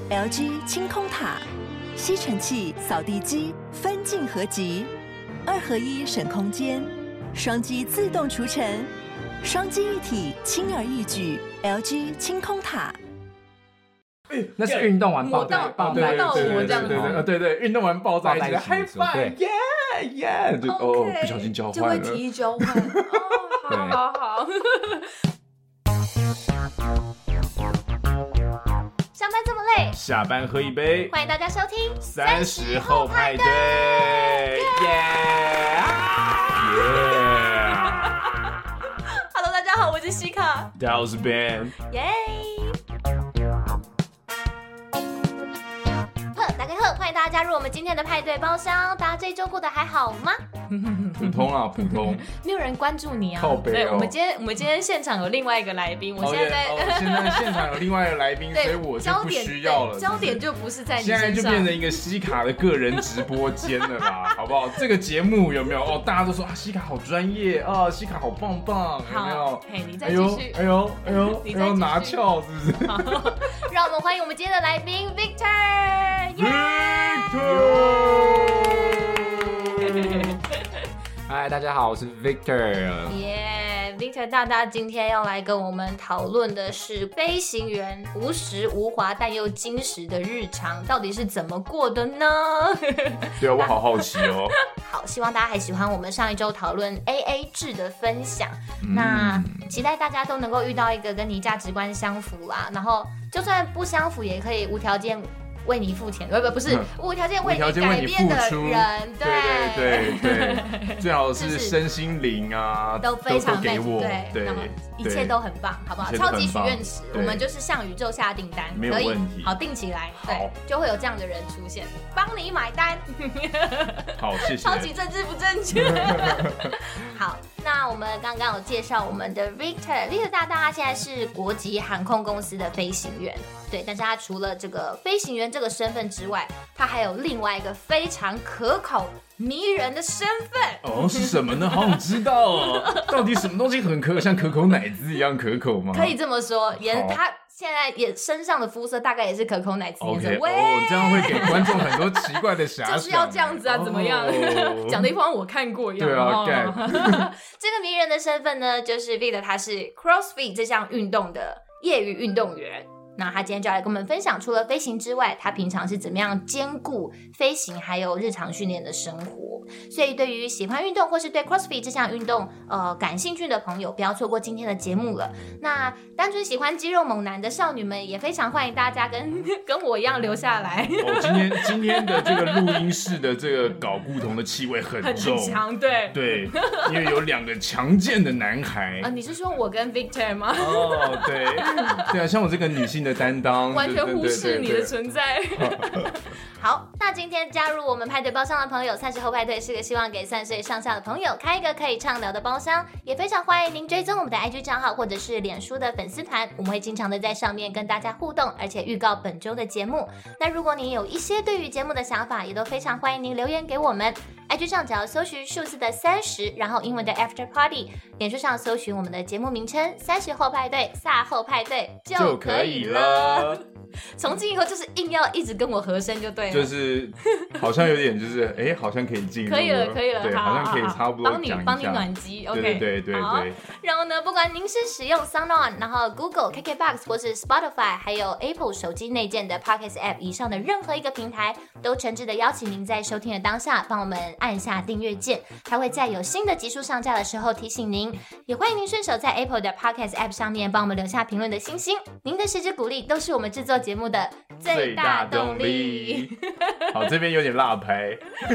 LG 清空塔，吸尘器、扫地机分镜合集，2合1省空间，双击自动除尘，双击一体轻而易举。LG 清空塔。 那是运动完抱在到我这样子， 对，运动完抱在一起 ，high five， 耶，就不小心交换了， 就会提议交换，好。上班这么累， 下班喝一杯， 欢迎大家收听 30后派对，耶 ！Hello， 大家好，我是西卡， 大家好，我是 Ben， 耶！大家好，欢迎大家加入我们今天的派对包厢。大家这一周过得还好吗？ 普通啊，普通。 没有人关注你啊。 靠北哦。 对，我们今天现场有另外一个来宾，我现在现在现场有另外一个来宾，所以我就不需要了。 焦点就不是在你身上， 现在就变成一个西卡的个人直播间了啦，好不好？这个节目有没有？大家都说啊，西卡好专业啊，西卡好棒棒，有没有？ 嘿，你再继续。 哎呦，拿翘是不是？ 好，让我们欢迎我们今天的来宾 Victor。 嗨，大家好，我是 Victor。 Victor 大大今天要来跟我们讨论的是飞行员无时无华但又精实的日常到底是怎么过的呢？ 对啊，我好好奇哦。 好，希望大家还喜欢我们上一周讨论 AA 制的分享。那期待大家都能够遇到一个跟你价值观相符啦，然后就算不相符也可以无条件为你付钱，不是无条件为你改变的人， 对，最好是身心灵啊， 都非常给我，对， 那么一切都很棒，好不好？超级许愿池，我们就是向宇宙下订单， 没有问题， 好定起来，对，就会有这样的人出现，帮你买单。 好，谢谢。 超级政治不正确。好，那我们刚刚有介绍我们的 Victor 大大，现在是国际航空公司的飞行员。对，但是他除了这个飞行员这个身份之外，他还有另外一个非常可口迷人的身份。 哦，是什么呢？好想知道哦。到底什么东西很像可口奶汁一样可口吗？ 可以这么说，他现在也身上的肤色大概也是可口奶汁颜色。 这样会给观众很多 奇怪的遐想。 就是要这样子啊，怎么样？讲的一副我看过一样。 对啊， 这个迷人的身份呢，就是 Victor， 他是 CrossFit 这项运动的业余运动员。那他今天就来跟我们分享，除了飞行之外，他平常是怎么样兼顾飞行还有日常训练的生活。所以对于喜欢运动或是对 CrossFit 这项运动感兴趣的朋友，不要错过今天的节目了。那单纯喜欢肌肉猛男的少女们，也非常欢迎大家跟我一样留下来。 今天的这个录音室的这个睾固酮的气味很重， 很强，对， 因为有2个强健的男孩。 你是说我跟 Victor 吗？ 对啊，像我这个女性的担当， 完全忽视你的存在。好，那今天加入我们派对包厢的朋友，30后派对是个希望给30岁上下的朋友开一个可以畅聊的包厢，也非常欢迎您追踪我们的 IG 账号或者是脸书的粉丝团，我们会经常的在上面跟大家互动，而且预告本周的节目。那如果您有一些对于节目的想法，也都非常欢迎您留言给我们。IG 上只要搜寻数字的30，然后英文的 After Party， 脸书上搜寻我们的节目名称30后派对、撒后派对就可以了。从今以后就是硬要一直跟我和声就对了， 就是好像有点就是好像可以进入了， 可以了， 对，好像可以差不多讲一下， 帮你暖机 ，OK， 对。 然后呢，不管您是使用 SoundOn， 然后 Google、KKBox 或是 Spotify， 还有 Apple 手机内建的 Podcast App 以上的任何一个平台，都诚挚的邀请您在收听的当下，帮我们按下订阅键，它会在有新的集数上架的时候提醒您。也欢迎您顺手在 Apple 的 Podcast App 上面帮我们留下评论的星星，您的实质鼓励都是我们制作节目的最大动力。 好，这边有点辣拍。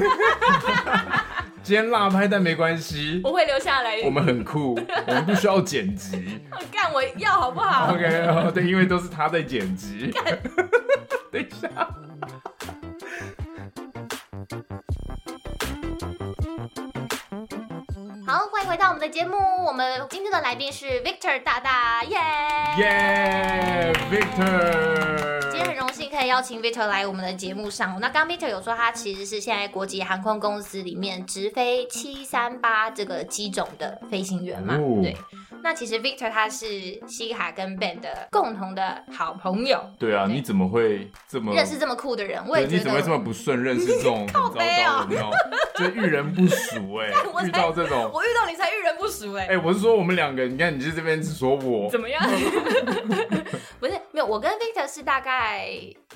今天辣拍，但没关系， 我会留下来。 我们很酷，我们不需要剪辑。 干，我要好不好 ？OK， 对，因为都是他在剪辑。等一下。 好，欢迎回到我们的节目。我们今天的来宾是 Victor 大大，耶 ，Victor。 今天很荣幸可才邀请 Victor 来我们的节目上。那刚 Victor 有说他其实是现在国际航空公司里面直飞738这个机种的飞行员嘛？对。那其实 Victor 他是西卡跟 Ben 的共同的好朋友。 对啊，你怎么会这么认识这么酷的人？我也觉得你怎么会这么不顺认识这种很糟糕的人哦？就遇人不淑遇到这种我遇到你才遇人不淑我是说我们两个，你看你是这边只说我怎么样？不是没有，我跟 Victor 是大概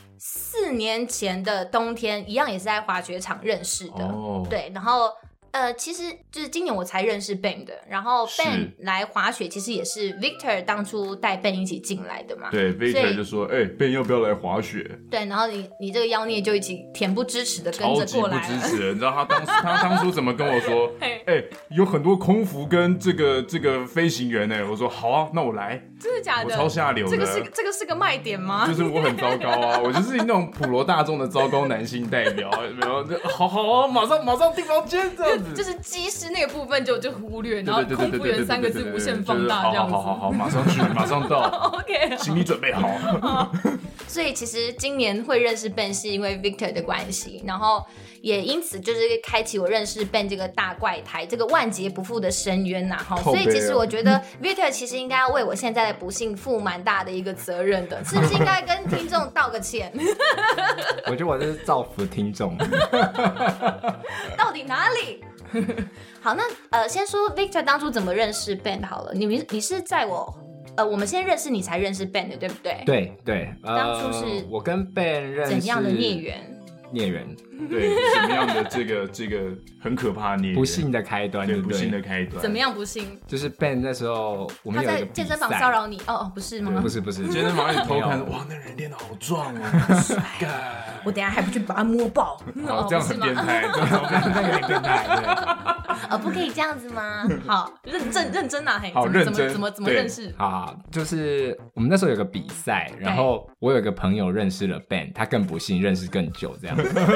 4年前的冬天，一样也是在滑雪场认识的。对，然后。其实就是今年我才认识 Ben 的，然后 Ben 来滑雪其实也是 Victor 当初带 Ben 一起进来的嘛。 对 ，Victor 就说：“Ben 要不要来滑雪？” 对，然后你这个妖孽就一起恬不知耻的跟着过来了。 超级不支持，你知道他当初怎么跟我说？有很多空服跟这个飞行员我说好啊，那我来。 真的假的？ 我超下流的。 这个是个卖点吗？ 就是我很糟糕啊，我就是那种普罗大众的糟糕男性代表。没有，好啊，马上订房间这样子。 就是机师那个部分就忽略，然后空服员3个字无限放大这样子。 好，马上去，马上到。 OK， 心理准备好。 所以其实今年会认识 Ben 是因为 Victor 的关系，然后也因此就是开启我认识 Ben 这个大怪胎，这个万劫不复的深渊呐。所以其实我觉得 Victor 其实应该要为我现在的不幸负蛮大的一个责任的，是不是应该跟听众道个歉？ 我觉得我这是造福听众。 到底哪里？好，那先说 Victor 当初怎么认识 Ben 好了。你是在我们先认识你才认识 Ben 的，对不对？ 对， 当初是我跟 Ben 认识怎样的孽缘？ 对，什么样的这个很可怕的孽缘？ 不幸的开端，对不对？ 不幸的开端。 怎么样不幸？ 就是 Ben 那时候我们有一个他在健身房骚扰你不是吗？ 不是， 健身房里偷看，哇，那人练得好壮哦，帅！ 我等一下还不去把他摸爆， 这样很变态， 那有点变态，对。 不可以这样子吗？好，认真啊， 好认真， 怎么认识？ 好，就是我们那时候有个比赛，然后我有一个朋友认识了 Ben， 他更不幸认识更久这样。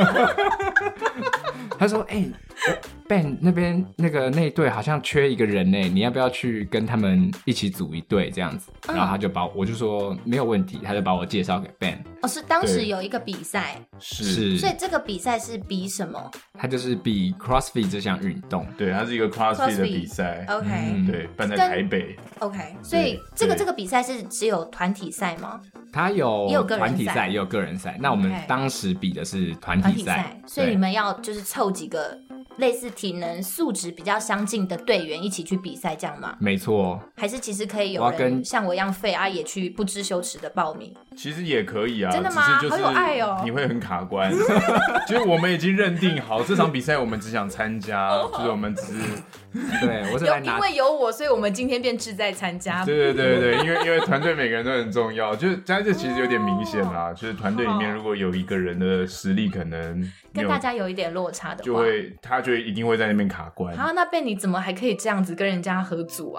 他说：“Ben 那边那一队好像缺一个人呢，你要不要去跟他们一起组一队这样子？”然后他就我就说没有问题，他就把我介绍给 Ben。 是当时有一个比赛， 是， 所以这个比赛是比什么？ 它就是比 CrossFit 这项运动。 对，它是一个 CrossFit 的比赛。 OK， 对，办在台北。 OK， 所以这个比赛是只有团体赛吗？ 它有团体赛，也有个人赛。那我们当时比的是团体赛， 所以你们要就是凑几个类似体能素质比较相近的队员一起去比赛，这样吗？ 没错。 还是其实可以有人像我一样废也去不知羞耻的报名？ 其实也可以啊， 真的吗？ 好有爱哦！你会很卡关，就是我们已经认定好这场比赛，我们只想参加，就是我们只是对，我是来拿， 因为有我，所以我们今天便志在参加。 对，因为团队每个人都很重要，就是这其实有点明显啦，就是团队里面如果有一个人的实力可能跟大家有一点落差的话， 他就一定会在那边卡关。 那Ben你怎么还可以这样子跟人家合组啊？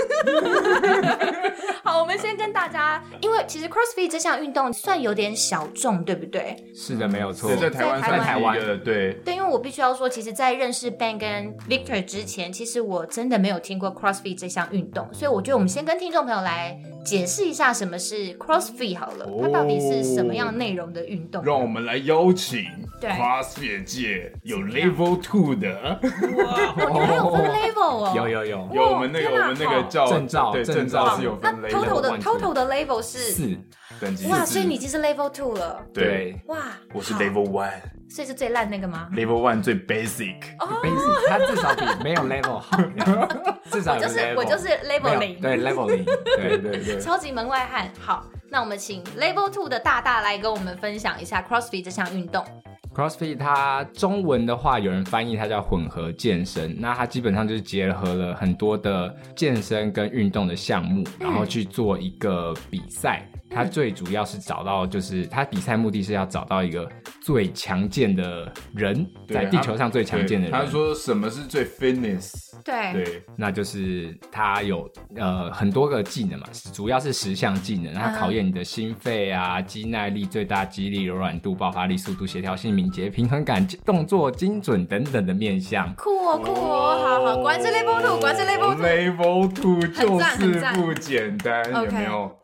好，我们先跟大家，因为其实 CrossFit 这项运动算有点小众，对不对？ 是的，没有错。 在台湾算是一个对， 因为我必须要说，其实在认识 Ben 跟 Victor 之前，其实我真的没有听过 CrossFit 这项运动，所以我觉得我们先跟听众朋友来解释一下什么是 CrossFit 好了，它到底是什么样内容的运动？ 让我们来邀请 CrossFit 界有 Level 2的， 哇，你们有分 Level 哦？ 有， 我们那个叫证照是有分 Level。 Total 的 Level 是 4 等级。 哇，所以你已经是 Level 2了。 对， 哇， 我是 Level 1。 所以是最烂那个吗 ？Level 1最 basic， 它至少比没有 Level 好，至少有 Level。 我就是 Level 0， 对 Level 0，对， 超级门外汉。好，那我们请 Level 2的大来跟我们分享一下 CrossFit 这项运动。 CrossFit 它中文的话，有人翻译它叫混合健身，那它基本上就是结合了很多的健身跟运动的项目，然后去做一个比赛。它最主要是找到，就是它比赛目的是要找到一个最强健的人，在地球上最强健的人。 他说什么是最 fitness？ 对， 那就是它有很多个技能嘛，主要是10项技能，它考验你的心肺啊、肌耐力、最大肌力、柔软度、爆发力、速度、协调性、敏捷、平衡感、动作精准等等的面向。 酷哦，好，果然是 Level 2，果然是 Level 2。 Level 2就是不简单，有没有？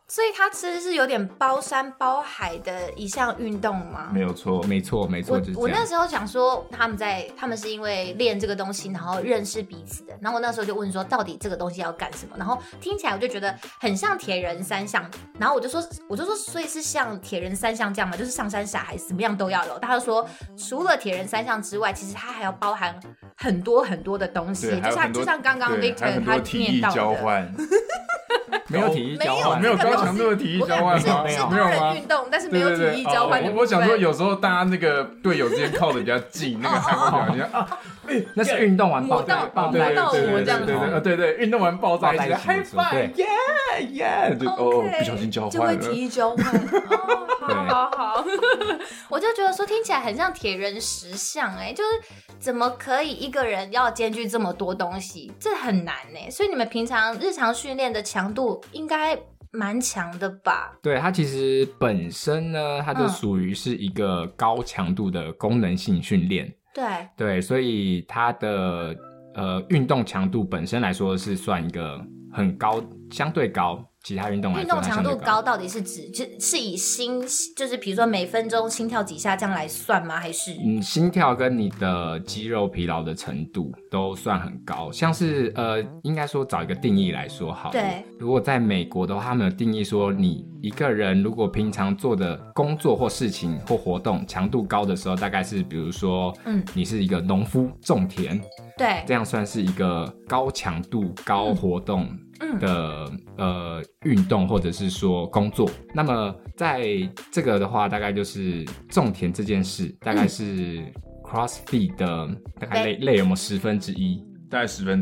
所以它其实是有点包山包海的一项运动吗？ 没有错， 没错，就是这样。 我那时候想说，他们是因为练这个东西，然后认识彼此的。然后我那时候就问说，到底这个东西要干什么？然后听起来我就觉得很像铁人三项。然后我就说，所以是像铁人三项这样吗？就是上山下海，什么样都要有。他就说，除了铁人三项之外，其实它还要包含很多很多的东西，就像刚刚 Victor 他念到的。 没有体育交换， 没有高强度的体育交换吗？ 没有多人运动，但是没有体育交换。 我想说，有时候大家那个队友之间靠的比较近，那个还会比较那是运动完抱在我这样子， 对，运动完抱在一起，high five，耶，就不小心交换就会体育交换。好，我就觉得说听起来很像铁人10项就是怎么可以一个人要兼具这么多东西，这很难所以你们平常日常训练的强度应该蛮强的吧？ 对，它其实本身呢，它就属于是一个高强度的功能性训练。对，所以它的运动强度本身来说是算一个很高，相对高。其他运动来说， 运动强度高到底是指是以就是比如说每分钟心跳几下这样来算吗？还是心跳跟你的肌肉疲劳的程度都算很高，像是应该说找一个定义来说好了。 对， 如果在美国的话，他们有定义说，你一个人如果平常做的工作或事情或活动强度高的时候，大概是比如说，你是一个农夫种田， 对， 这样算是一个高强度高活动的运动或者是说工作。那么在这个的话，大概就是种田这件事，大概是 CrossFit 的大概累有没有1/10？ 大概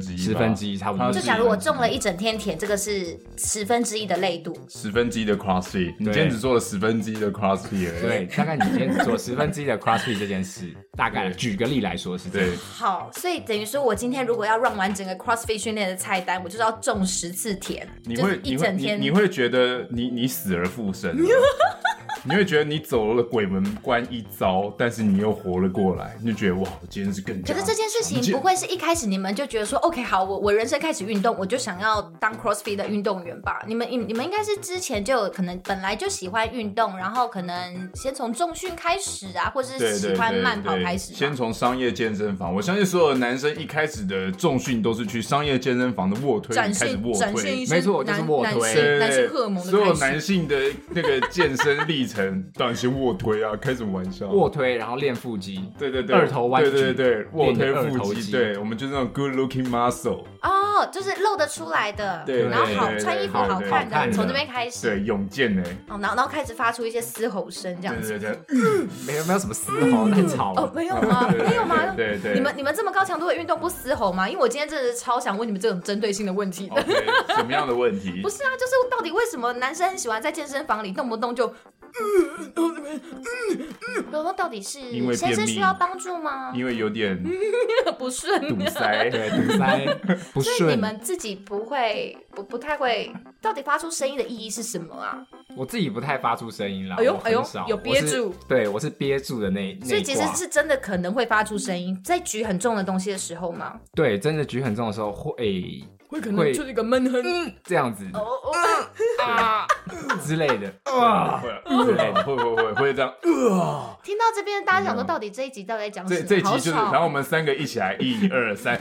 1/10 差不多。 就假如我种了一整天田，这个是1/10的累度 ，1/10的 CrossFit。你今天只做了1/10的 CrossFit 而已。 对，大概你今天只做1/10的 CrossFit 这件事，大概举个例来说是这样。 好，所以等于说我今天如果要 run 完整个 CrossFit 训练的菜单，我就是要种10次田，就是一整天。 你会觉得你死而复生了。你会觉得你走了鬼门关一遭，但是你又活了过来，你就觉得哇，我今天是更加。 可是这件事情不会是一开始你们就觉得说 OK 好，我人生开始运动，我就想要当 CrossFit 的运动员吧？你们应该是之前就有可能本来就喜欢运动，然后可能先从重训开始啊，或是喜欢慢跑开始。 先从商业健身房，我相信所有的男生一开始的重训都是去商业健身房的卧推开始卧推， 没错，就是卧推， 男性荷尔蒙的开始。 所有男性的那个健身历程，当然先卧推啊，开什么玩笑？ 卧推，然后练腹肌， 对， 二头弯举， 对，卧推腹肌，对，我们就是那种 good looking muscle， 就是露得出出来的， 对， 然后穿衣服好看的，从这边开始， 对，勇健呢， 然后开始发出一些嘶吼声，这样子， 对， 没有什么嘶吼，太吵了， 没有吗？没有吗？ 对， 你们这么高强度的运动不嘶吼吗？因为我今天真的是超想问你们这种针对性的问题的， 什么样的问题？ 不是啊，就是到底为什么男生很喜欢在健身房里动不动就，然后到底是先生需要帮助吗？ 因为有点不顺， 堵塞， 对，堵塞不顺。 所以你们自己不太会，到底发出声音的意义是什么啊？ 我自己不太发出声音啦， 哎呦，有憋住， 对，我是憋住的那所以其实是真的可能会发出声音，在举很重的东西的时候吗？ 对，真的举很重的时时候会可能就是一个闷哼这样子之类的会这样。 听到这边，大家想说到底这一集到底在讲什么？ 这一集就是，然后我们三个一起来，1、2、3，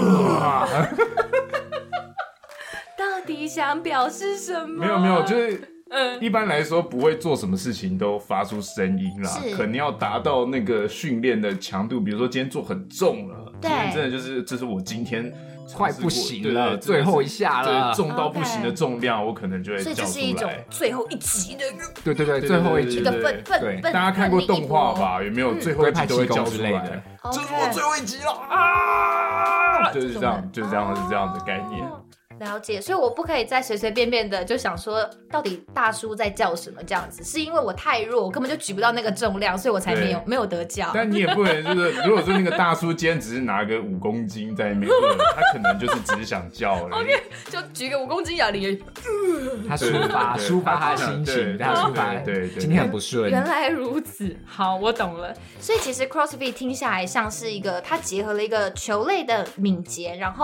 到底想表示什么？ 没有，就是一般来说不会做什么事情都发出声音啦，可能要达到那个训练的强度，比如说今天做很重了，今天真的就是这是我今天快不行了，最后一下了， 重到不行的重量，我可能就会叫出来。 所以这是一种最后一集的， 对，最后一集一个分。 大家看过动画吧？有没有最后一集都会叫出来的？ 这是我最后一集了啊！就是这样，是这样的概念。 了解，所以我不可以再随随便便的就想说，到底大叔在叫什么这样子？是因为我太弱，我根本就举不到那个重量，所以我才没有得叫。 但你也不能就是，如果说那个大叔今天只是拿个5公斤在那边，他可能就是只是想叫而已。 OK， 就举个5公斤哑铃， 他抒发他的心情，他抒发，对，今天很不顺。 原来如此，好，我懂了。所以其实 CrossFit 听下来像是一个，它结合了一个球类的敏捷，然后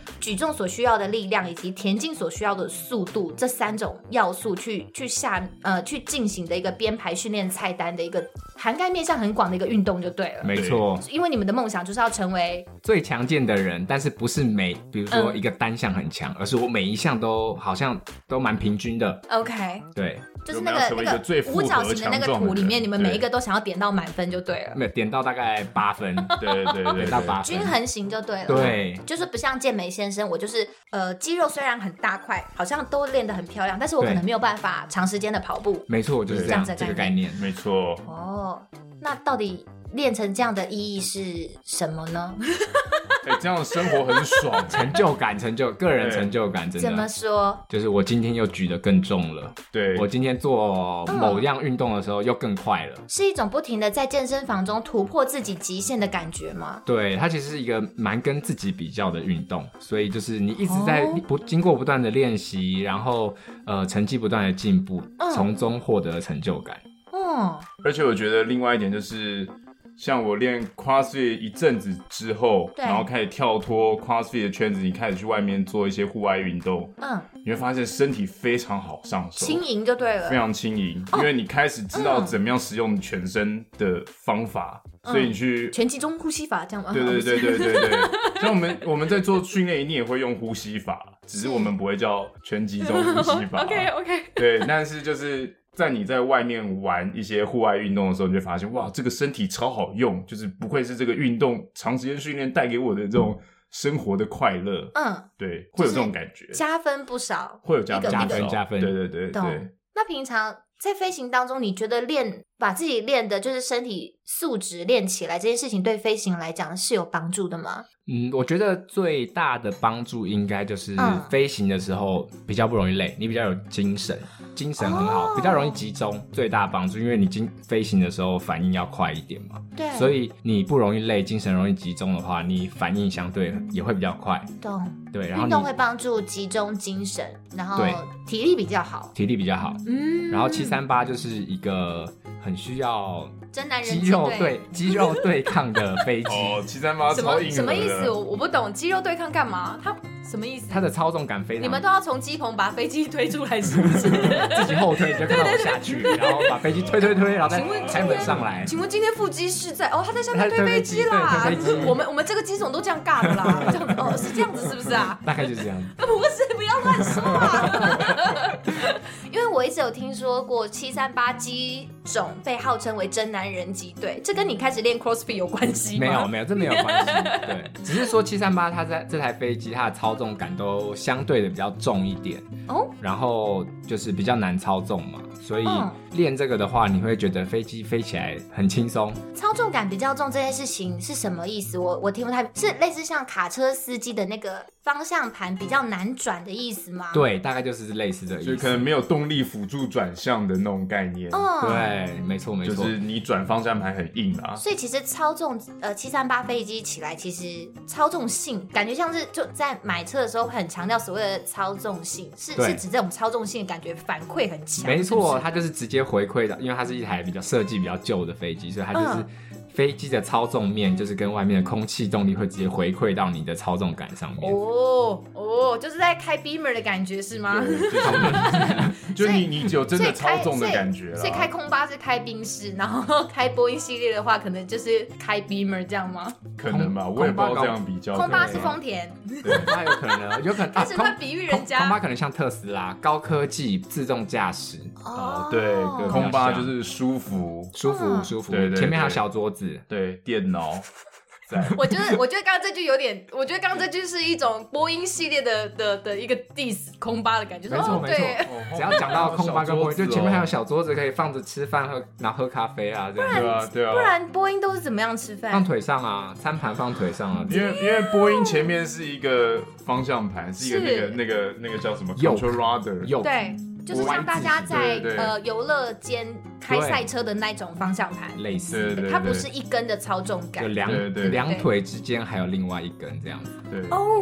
举重所需要的力量以及田径所需要的速度这3种要素去进行的一个编排训练菜单的一个涵盖面向很广的一个运动就对了。 没错， 因为你们的梦想就是要成为最强健的人，但是不是比如说一个单项很强，而是我每一项都好像都蛮平均的。 OK， 对， 就是那个五角形的那个图里面，你们每一个都想要点到满分就对了。 没有点到大概8分， 对， 点到8分， 均衡型就对了。 对， 就是不像健美先生，我就是肌肉虽然很大块，好像都练得很漂亮，但是我可能没有办法长时间的跑步。 没错，就是这样这个概念。 没错。 哦，那到底练成这样的意义是什么呢？ 这样的生活很爽， 成就感，个人成就感，真的。 怎么说？ 就是我今天又举得更重了， 对， 我今天做某样运动的时候又更快了， 是一种不停的在健身房中突破自己极限的感觉吗？ 对，它其实是一个蛮跟自己比较的运动，所以就是你一直在经过不断的练习，然后成绩不断的进步，从中获得成就感。 而且我觉得另外一点就是，像我练 CrossFit 一阵子之后，然后开始跳脱 CrossFit 的圈子，你开始去外面做一些户外运动，你会发现身体非常好上手， 轻盈就对了，非常轻盈，因为你开始知道怎么样使用全身的方法，所以你去全集中呼吸法这样吗？ 对，像我们在做训练一定也会用呼吸法，只是我们不会叫全集中呼吸法。 OK， 对，但是就是在你在外面玩一些户外运动的时候，你就发现哇，这个身体超好用，就是不愧是这个运动长时间训练带给我的这种生活的快乐。对，会有这种感觉， 加分不少， 会有加分，对。 那平常在飞行当中，你觉得把自己练的就是身体素质练起来这件事情，对飞行来讲是有帮助的吗？ 我觉得最大的帮助应该就是飞行的时候比较不容易累，你比较有精神很好，比较容易集中，最大的帮助，因为你飞行的时候反应要快一点嘛， 对， 所以你不容易累，精神容易集中的话，你反应相对也会比较快。 懂， 对，然后运动会帮助集中精神，然后体力比较好， 然后738就是一个很需要真男人肌肉对抗的飞机。 738超硬核的， 什么意思？我不懂，肌肉对抗干嘛？它什么意思？ 它的操纵感非常， 你们都要从机棚把飞机推出来，是不是？ 自己后推，你就看到我下去，然后把飞机推，然后再开门上来。 请问今天副机是在他在下面推飞机啦。我们这个机种都这样尬的啦，这样子是这样子是不是啊？ 大概就是这样。 不是，不要乱说啊！因为我一直有听说过738机种被号称为真男人机队，这跟你开始练 CrossFit 有关系吗？ 没有，这没有关系。对，只是说738它在这台飞机它的操纵感都相对的比较重一点然后就是比较难操纵嘛，所以练这个的话，你会觉得飞机飞起来很轻松。 操纵感比较重这件事情是什么意思？我听不太，是类似像卡车司机的那个方向盘比较难转的意思吗？ 对，大概就是类似的意思， 就可能没有动力辅助转向的那种概念。 对，没错， 就是你转方向盘很硬啊。 所以其实操纵738飞机起来，其实操纵性感觉像是就在买车的时候很强调所谓的操纵性，是指这种操纵性的感觉反馈很强。 没错，它就是直接回馈的，因为它是一台设计比较旧的飞机，所以它就是飞机的操纵面就是跟外面的空气动力会直接回馈到你的操纵感上面。 就是在开 Beamer 的感觉是吗？ 就你有真的操纵的感觉啦。 所以开空巴是开宾士，然后开波音系列的话，可能就是开 Beamer 这样吗？ 可能吧，我也不知道这样比较。 空巴是丰田， 对，它有可能。 但是它比喻人家空巴可能像特斯拉，高科技自动驾驶。 对，空巴就是舒服， 对，前面还有小桌子， 对，电脑。 我觉得刚刚这句有点，我觉得刚刚这句是一种波音系列的一个 diss 空巴的感觉。 没错，只要讲到空巴跟波音，就前面还有小桌子可以放着吃饭然后喝咖啡啊，这样。 对啊。 不然波音都是怎么样吃饭？ 放腿上啊，餐盘放腿上啊。 因为波音前面是一个方向盘，是一个那个叫什么 control rudder。 对。就是像大家在游乐间开赛车的那种方向盘， 类似， 它不是一根的操纵感， 就两腿之间还有另外一根这样子。 对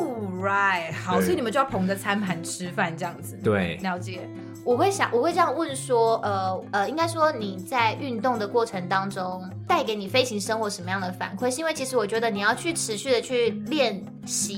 right， 好，所以你们就要捧着餐盘吃饭这样子。 对， 了解。我会这样问说，应该说你在运动的过程当中带给你飞行生活什么样的反馈？是因为其实我觉得你要去持续的去练习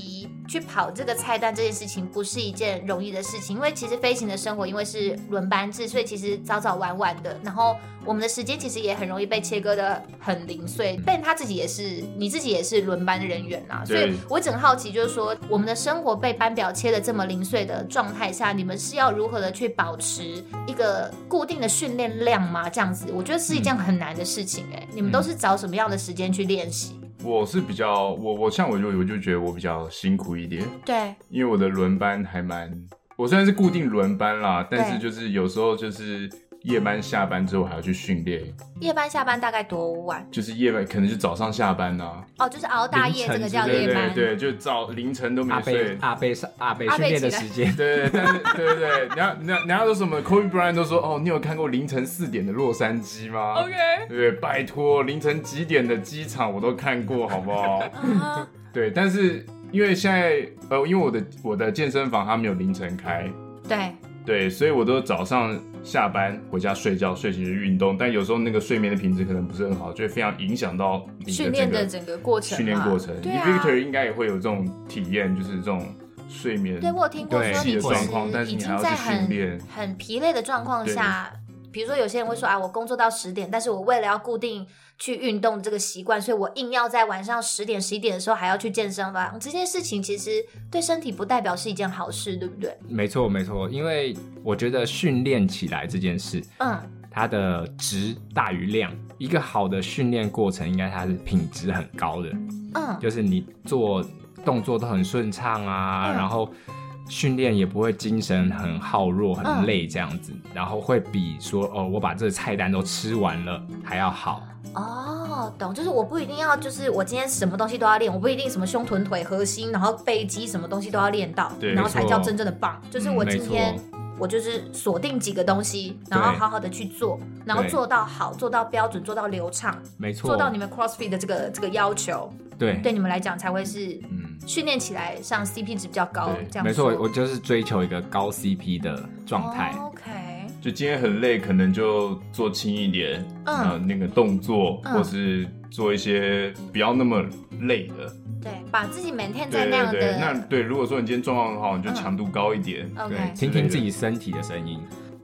去跑这个菜单这件事情不是一件容易的事情，因为其实飞行的生活因为是轮班制，所以其实早早晚晚的，然后我们的时间其实也很容易被切割的很零碎。但他自己也是，你自己也是轮班人员啊，所以我整好奇就是说，我们的生活被班表切的这么零碎的状态下，你们是要如何的去保持一个固定的训练量吗？这样子，我觉得是一件很难的事情你们都是找什么样的时间去练习？ 我是比较我就觉得我比较辛苦一点， 对， 因为我的轮班还蛮，我虽然是固定轮班啦，但是就是有时候就是夜班下班之后还要去训练。 夜班下班大概多晚？ 就是夜班可能就早上下班啊。 哦，就是熬大夜，这个叫夜班。 对，就凌晨都没睡。 阿贝训练的时间。 对，但是对，人家说什么 Kobe Bryant 都说哦，你有看过凌晨4点的洛杉矶吗 ？OK。 对，拜托，凌晨几点的机场我都看过，好不好？对，但是因为现在因为我的健身房它没有凌晨开。对，所以我都早上下班回家睡觉，睡醒就运动，但有时候那个睡眠的品质可能不是很好，就会非常影响到你的训练的整个过程。 训练过程，你 Victor 应该也会有这种体验，就是这种睡眠对我有听过说你状况，但是你还要去训练， 很疲累的状况下，比如说有些人会说啊，我工作到10点，但是我为了要固定去运动这个习惯，所以我硬要在晚上10点11点的时候还要去健身房，这件事情其实对身体不代表是一件好事，对不对？ 没错，因为我觉得训练起来这件事，它的质大于量，一个好的训练过程应该它是品质很高的，就是你做动作都很顺畅啊，然后训练也不会精神很耗弱很累这样子，然后会比说我把这个菜单都吃完了还要好。 懂，就是我不一定要，就是我今天什么东西都要练，我不一定什么胸臀腿核心，然后背肌什么东西都要练到，然后才叫真正的棒。就是我今天我就是锁定几个东西，然后好好的去做，然后做到好，做到标准，做到流畅， 没错， 做到你们 CrossFit 的这个要求，对你们来讲才会是训练起来上 CP 值比较高，这样没错，我就是追求一个高 CP 的状态。 OK。 就今天很累，可能就做轻一点，那个动作，或是做一些不要那么累的。 对，把自己 maintain 在那样的。 那对，如果说你今天状况很好，你就强度高一点， 对， 听听自己身体的声音。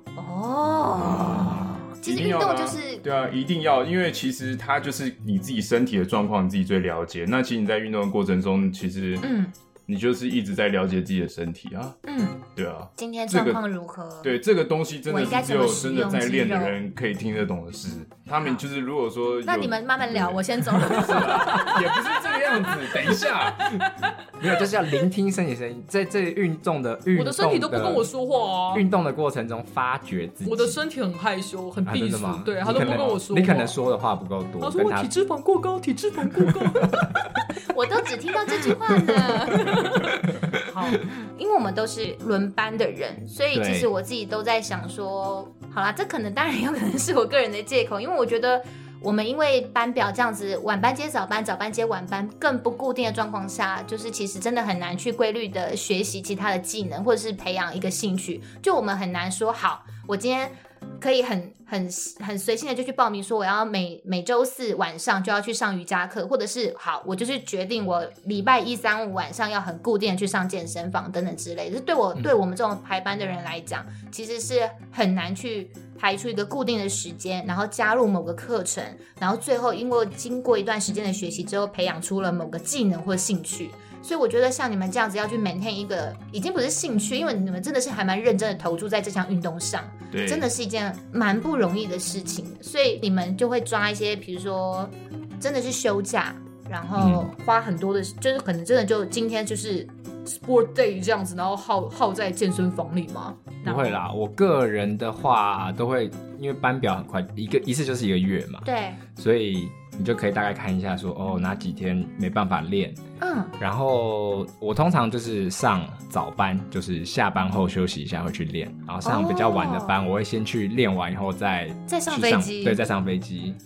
其实运动就是对啊，一定要，因为其实它就是你自己身体的状况，你自己最了解。那其实你在运动的过程中，其实你就是一直在了解自己的身体啊。对啊。 今天状况如何？ 对，这个东西真的是只有真的在练的人可以听得懂的事。他们就是如果说， 那你们慢慢聊，我先走了。 也不是这个样子，等一下， 没有，就是要聆听身体声音，在这运动的我的身体都不跟我说话啊。 运动的过程中发掘自己， 我的身体很害羞，很避暑，对，他都不跟我说话。 你可能说的话不够多。 他说我体脂肪过高，体脂肪过高。 我都只听到这句话呢。好，因为我们都是轮班的人，所以其实我自己都在想说，好啦，这可能当然有可能是我个人的借口，因为我觉得我们因为班表这样子，晚班接早班，早班接晚班，更不固定的状况下，就是其实真的很难去规律的学习其他的技能，或者是培养一个兴趣。就我们很难说，好，我今天可以很随性的就去报名，说我要每周4晚上就要去上瑜伽课，或者是好，我就是决定我礼拜1、3、5晚上要很固定的去上健身房等等之类的。对我们这种排班的人来讲，其实是很难去排出一个固定的时间，然后加入某个课程，然后最后因为经过一段时间的学习之后，培养出了某个技能或兴趣。所以我觉得像你们这样子要去 maintain 一个已经不是兴趣，因为你们真的是还蛮认真的投注在这项运动上，真的是一件蛮不容易的事情。所以你们就会抓一些，比如说真的是休假，然后花很多的，就是可能真的就今天就是 sport day 这样子，然后耗在健身房里吗？ 不会啦，我个人的话都会，因为班表很快，一次就是1个月嘛， 对， 所以你就可以大概看一下说哪几天没办法练，然后我通常就是上早班，就是下班后休息一下会去练，然后上比较晚的班，我会先去练完以后再上飞机， 对，再上飞机。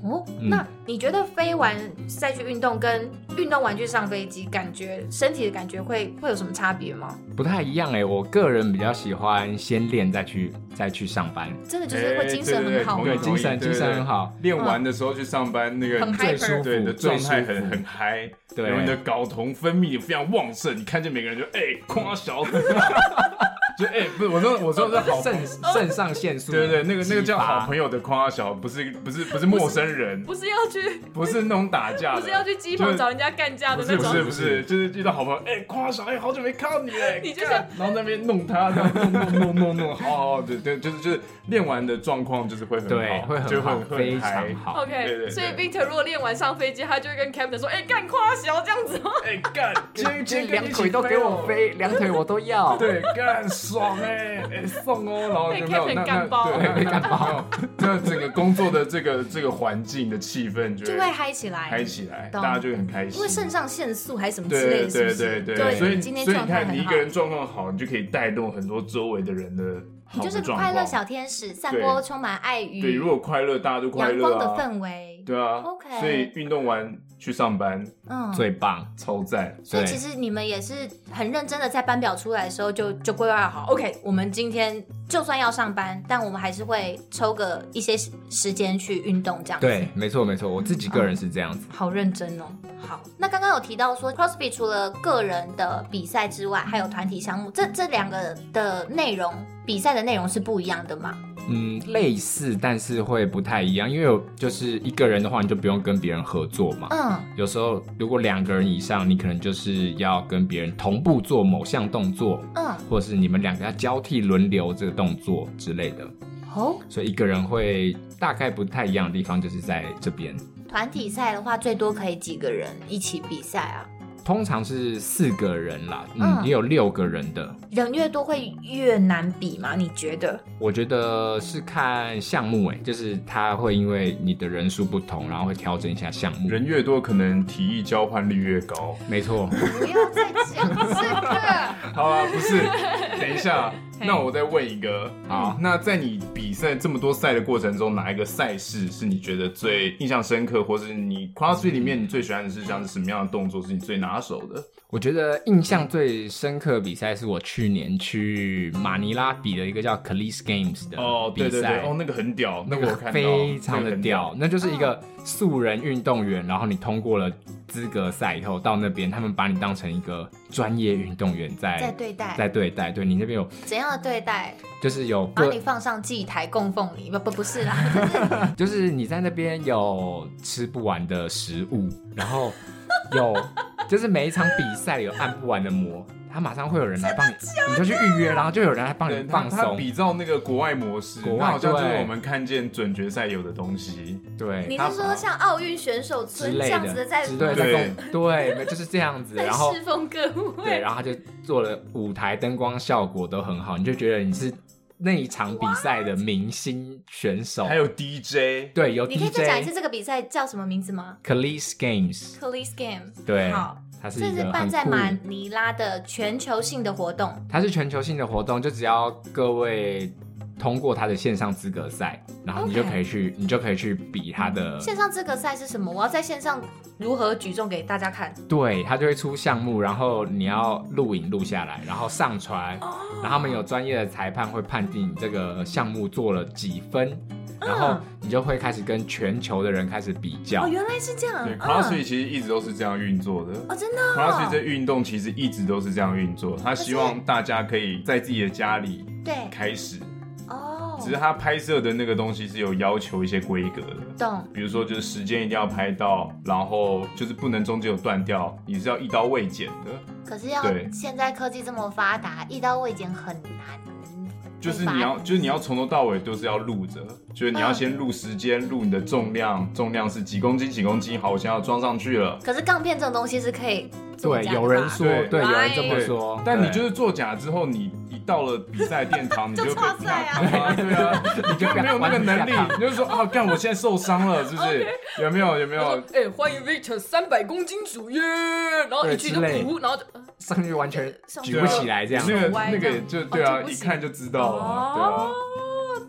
那你觉得飞完再去运动跟运动完去上飞机，感觉身体的感觉会有什么差别吗？ 不太一样我个人比较喜欢先练再去上班， 真的就是会精神很好， 对，精神很好。 练完的时候去上班，那个很最舒服， 对的状态很嗨，对，你的睾酮分泌非常旺盛，你看见每个人就夸小子。就不是我说是好肾上腺素， 对，那个叫好朋友的夸小，不是陌生人， 不是要去， 不是那种打架的， 不是要去机房找人家干架的那种， 不是，就是遇到好朋友，夸小，好久没看到你你就想， 然后在那边弄他，弄，好，对，就是练完的状况就是会很好， 对，会很好，非常好。 OK， 所以 Victor 如果练完上飞机，他就会跟 Captain 说，干夸小这样子吗？ 干，今天两腿都给我飞，两腿我都要， 对，干。爽送然后就没有那干包， 对，干包。 这整个工作的这个环境的气氛就会嗨起来， 大家就会很开心， 因为肾上腺素还是什么之类的， 对，所以今天状态很好， 你一个人状况好，你就可以带动很多周围的人的好的状况， 你就是快乐小天使，散播充满爱与对，如果快乐，大家都快乐， 阳光的氛围， 对啊 ，OK， 所以运动完去上班， 最棒， 超赞。 所以其实你们也是很认真的，在班表出来的时候就规划好 ，OK， 我们今天就算要上班，但我们还是会抽个一些时间去运动，这样子。 对，没错，我自己个人是这样子。 好认真哦。好，那刚刚有提到说 CrossFit 除了个人的比赛之外，还有团体项目，这两个的内容，比赛的内容是不一样的吗？ 类似，但是会不太一样，因为就是一个人的话，你就不用跟别人合作嘛。有时候如果2个人以上，你可能就是要跟别人同步做某项动作，或者是你们2个要交替轮流这个动作之类的。所以一个人会大概不太一样的地方就是在这边。 团体赛的话，最多可以几个人一起比赛啊？ 通常是4个人啦，也有6个人的。 人越多会越难比吗？你觉得？ 我觉得是看项目就是它会因为你的人数不同，然后会调整一下项目。 人越多，可能体液交换率越高。 没错。 不要再讲这个。 好啊，不是，等一下。那我再问一个， 好， 那在你比赛这么多赛的过程中，哪一个赛事是你觉得最印象深刻，或是你 CrossFit 里面你最喜欢的是像是什么样的动作是你最拿手的？ 我觉得印象最深刻的比赛是我去年去马尼拉比的一个叫 Calais Games 的比赛。 对，那个很屌，那个我看到非常的屌，那就是一个素人运动员，然后你通过了资格赛以后，到那边他们把你当成一个专业运动员在对待，对你那边有怎样的对待？ 就是有把你放上祭台供奉你，不是啦， 就是你在那边有吃不完的食物，然后有就是每一场比赛有按不完的摩。他马上会有人来帮你，你就去预约，然后就有人来帮你放松。 他比照那个国外模式，那好像就是我们看见准决赛有的东西。 对， 你是说像奥运选手村这样子的在对，就是这样子，然后侍奉各位。 对，然后他就做了舞台灯光效果都很好，你就觉得你是那一场比赛的明星选手， 还有 DJ， 对，有 DJ。 你可以再讲一次这个比赛叫什么名字吗 ？Calais Games。 对，好。 这是办在马尼拉的全球性的活动， 它是全球性的活动，就只要各位通过它的线上资格赛，然后你就可以去比它的线上资格赛是什么？我要在线上如何举重给大家看？ 对，它就会出项目，然后你要录影录下来，然后上传，然后他们有专业的裁判会判定你这个项目做了几分。然后你就会开始跟全球的人开始比较。 原来是这样。 对 ，CrossFit 其实一直都是这样运作的。 真的。 CrossFit 这运动其实一直都是这样运作，他希望大家可以在自己的家里开始。只是他拍摄的那个东西是有要求一些规格的。 懂。 比如说就是时间一定要拍到，然后就是不能中间有断掉，你是要一刀未剪的。 可是现在科技这么发达，一刀未剪很难。 就是你要从头到尾都是要录着，就是你要先录时间，录你的重量是几公斤，好，我现在要装上去了。 可是杠片这种东西是可以作假的。 对，有人说，对，有人这么说。 但你就是作假之后，你到了比赛殿堂，你就被赛啊， 对啊，你就没有那个能力，你就说啊，干，我现在受伤了，是不是？有没有？ 欢迎 Victor 300公斤组耶，然后一去就补，然后就上去完全举不起来这样。 那个就对啊，一看就知道了，对啊。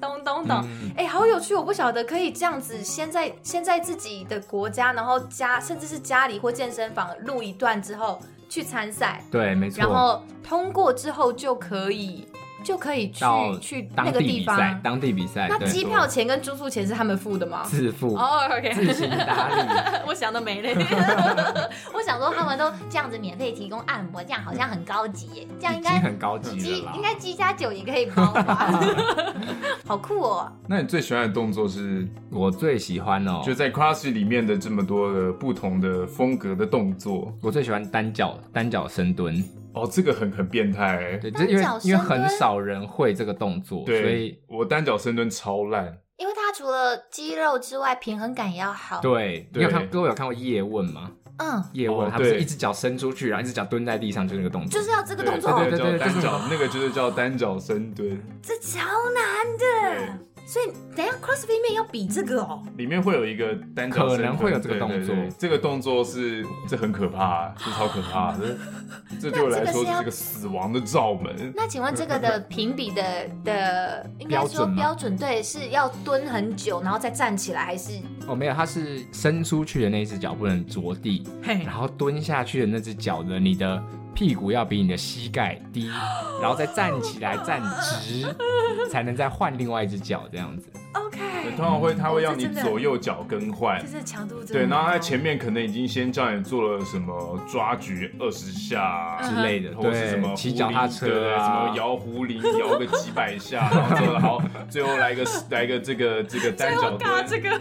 懂。好有趣，我不晓得可以这样子，先在自己的国家，然后甚至是家里或健身房录一段之后去参赛， 对，没错。 然后通过之后就可以去那个地方当地比赛。 那机票钱跟住宿钱是他们付的吗？ 自付。 OK， 自行打理。 我想都没了。我想说他们都这样子免费提供按摩，这样好像很高级耶。这样应该很高级了啦。 应该鸡加酒也可以包吧？好酷哦！ 那你最喜欢的动作是？ 我最喜欢哦， 就在 CrossFit 里面的这么多的不同的风格的动作， 我最喜欢单脚深蹲。 这个很变态对，因为很少人会这个动作， 对， 所以我单脚深蹲超烂。 因为它除了肌肉之外，平衡感也要好。 对，各位有看过叶问吗？叶问他不是一只脚伸出去，然后一只脚蹲在地上，就那个动作， 就是要这个动作。 对，那个就是叫单脚深蹲， 这超难的。所以等一下 CrossFit 里面要比这个里面会有一个单脚深蹲， 可能会有这个动作。 对，这个动作这很可怕，是超可怕的。这对我来说是个死亡的罩门。 那请问这个的评比的应该说标准对是要蹲很久，然后再站起来，还是？ 没有，它是伸出去的那只脚不能着地，然后蹲下去的那只脚呢，你的屁股要比你的膝盖低，然后再站起来站直，才能再换另外一只脚这样子。 OK， 通常他会要你左右脚更换， 就是强度对，然后他在前面可能已经先叫你做了什么抓举20下之类的， 或是什么骑脚踏车什么摇壶铃摇个几百下，然后做得好，最后来个这个单脚蹲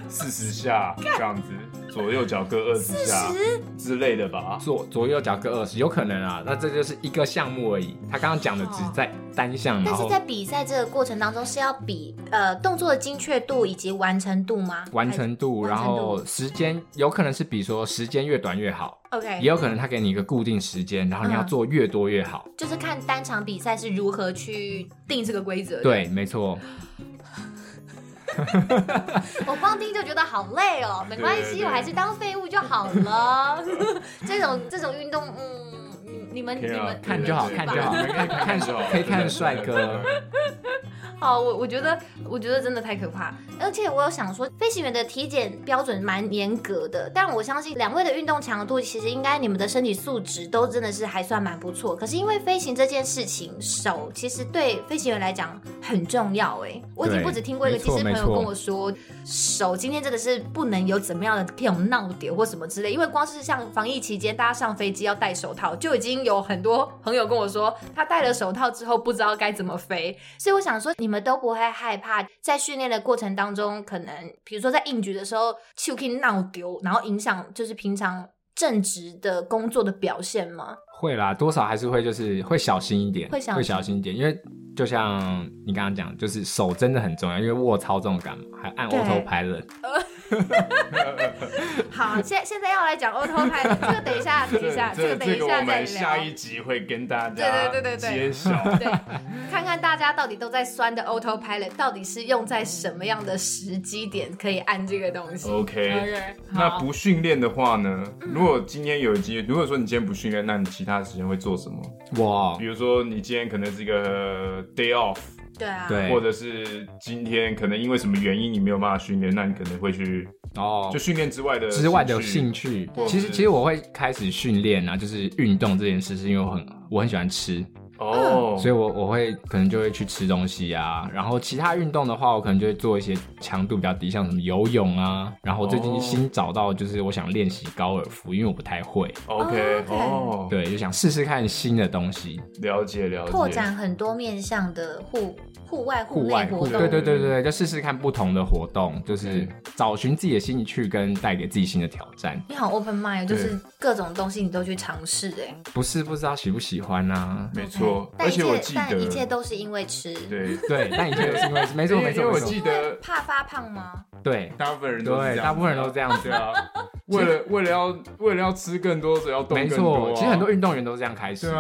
40下这样子。左右脚各20下之类的吧， 左右脚各20，有可能啊。那这就是一个项目而已。他刚刚讲的只在单项， 但是在比赛这个过程当中是要比动作的精确度以及完成度吗？ 完成度，然后时间有可能是比说时间越短越好。 OK， 也有可能他给你一个固定时间，然后你要做越多越好。 就是看单场比赛是如何去定这个规则的。 对，没错。 我光听就觉得好累哦，没关系，我还是当废物就好了。这种运动，你们看就好，看就好，可以看帅哥。 好，我觉得真的太可怕，而且我有想说，飞行员的体检标准蛮严格的，但我相信两位的运动强度，其实应该你们的身体素质都真的是还算蛮不错。可是因为飞行这件事情，手其实对飞行员来讲很重要哎。我已经不止听过一个技师朋友跟我说，手今天真的是不能有怎么样的这种闹点或什么之类，因为光是像防疫期间大家上飞机要戴手套，就已经有很多朋友跟我说，他戴了手套之后不知道该怎么飞。所以我想说，你们都不会害怕在训练的过程当中，可能比如说在硬举的时候手可以闹丢，然后影响就是平常正职的工作的表现吗？ 会啦，多少还是会，就是会小心一点，会小心一点，因为就像你刚刚讲，就是手真的很重要，因为握操纵感嘛，还按 autopilot。 好，现在要来讲 autopilot， 这个等一下，这个我们下一集会跟大家揭晓。 对，看看大家到底都在酸的 autopilot 到底是用在什么样的时机点可以按这个东西。 OK， 那不训练的话呢？如果今天有机会，如果说你今天不训练，那你其他时间会做什么？ 哇， 比如说你今天可能是一个 day off。 对啊， 或者是今天可能因为什么原因你没有办法训练，那你可能会去就训练之外的兴趣。其实我会开始训练啊，就是运动这件事，是因为我很喜欢吃。所以我会可能就会去吃东西啊，然后其他运动的话，我可能就会做一些强度比较低，像什么游泳啊。然后最近新找到就是我想练习高尔夫，因为我不太会。 OK， 对，就想试试看新的东西， 了解， 拓展很多面向的户外户内活动。 对，就试试看不同的活动，就是找寻自己的兴趣跟带给自己新的挑战。 你好 open mind， 就是各种东西你都去尝试哎。 不知道喜不喜欢啊？ 没错。而且我记得， 但一切都是因为吃。 对， 但一切都是因为吃，没错。 因为我记得怕发胖吗？ 对， 大部分人都这样子啊。为了要吃更多，所以要动更多。 没错，其实很多运动员都这样开始。 对啊。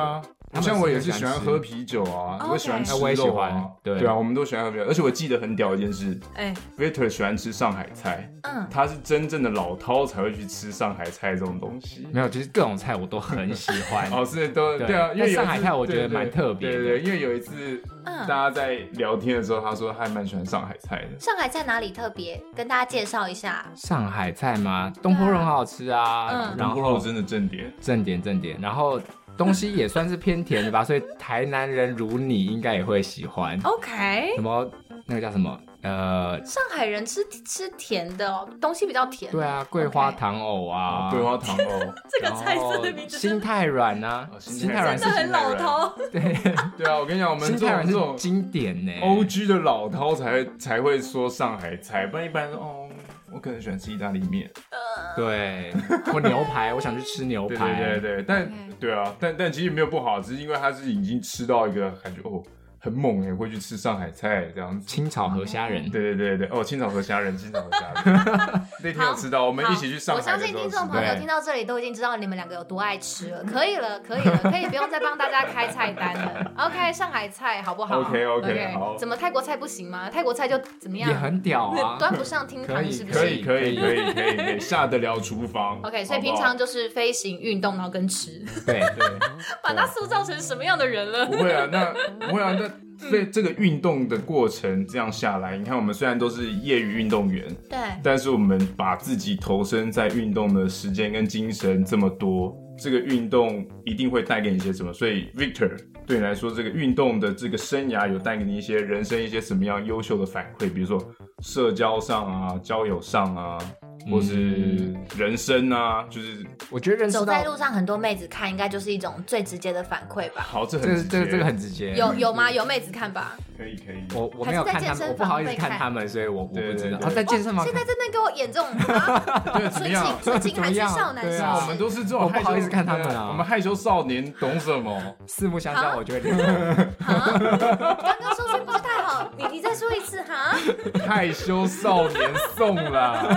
像我也是喜欢喝啤酒啊，我喜欢吃肉啊，对啊，我们都喜欢喝啤酒。而且我记得很屌一件事，Victor 喜欢吃上海菜，他是真正的老饕才会去吃上海菜这种东西。 没有，其实各种菜我都很喜欢。 是都对啊，因为上海菜我觉得蛮特别的。 对，因为有一次大家在聊天的时候，他说他还蛮喜欢上海菜的。 上海菜哪里特别？跟大家介绍一下。 上海菜吗？东坡肉很好吃啊， 东坡肉真的正点， 然后东西也算是偏甜的吧，所以台南人如你应该也会喜欢。 OK， 什么那个叫什么？ 上海人吃甜的东西比较甜。 对啊，桂花糖藕啊， 桂花糖藕， 这个菜色的名字。 心太软啊，心太软真的很老饕。 对啊，我跟你讲，我们心太软是经典呢 ，OG 的老饕才会说上海菜，不然一般说我可能喜欢吃意大利面。 对，或牛排，我想去吃牛排。 对，但其实没有不好，只是因为他是已经吃到一个感觉很猛会去吃上海菜这样子。 清炒河虾仁， 对，清炒河虾仁，那天有吃到，我们一起去上海的时候。 我相信听众朋友听到这里都已经知道你们两个有多爱吃了。可以了，可以不用再帮大家开菜单了。OK， 上海菜好不好 ？OK， 好。 怎么泰国菜不行吗？泰国菜就怎么样？ 也很屌啊， 端不上厅堂是不是？ 可以，下得了厨房。 OK， 所以平常就是飞行、运动，然后跟吃。 对， 把他塑造成什么样的人了？ 不会啊，那这个运动的过程这样下来，你看我们虽然都是业余运动员， 对， 但是我们把自己投身在运动的时间跟精神这么多，这个运动一定会带给你一些什么？所以 Victor 对你来说，这个运动的这个生涯有带给你一些人生一些什么样优秀的反馈？比如说社交上啊、交友上啊，或是人生啊，就是我觉得走在路上很多妹子看，应该就是一种最直接的反馈吧。 好，这个很直接。 有吗？有妹子看吧？ 可以。 我没有看他们，我不好意思看他们，所以我不知道。在健身房现在真的给我演这种纯情还是少男少我们都是这种， 我不好意思看他们啊。 我们害羞少年懂什么？ 四目相交，我就会脸刚刚收讯不是太好，你再说一次哈。 害羞少年送啦。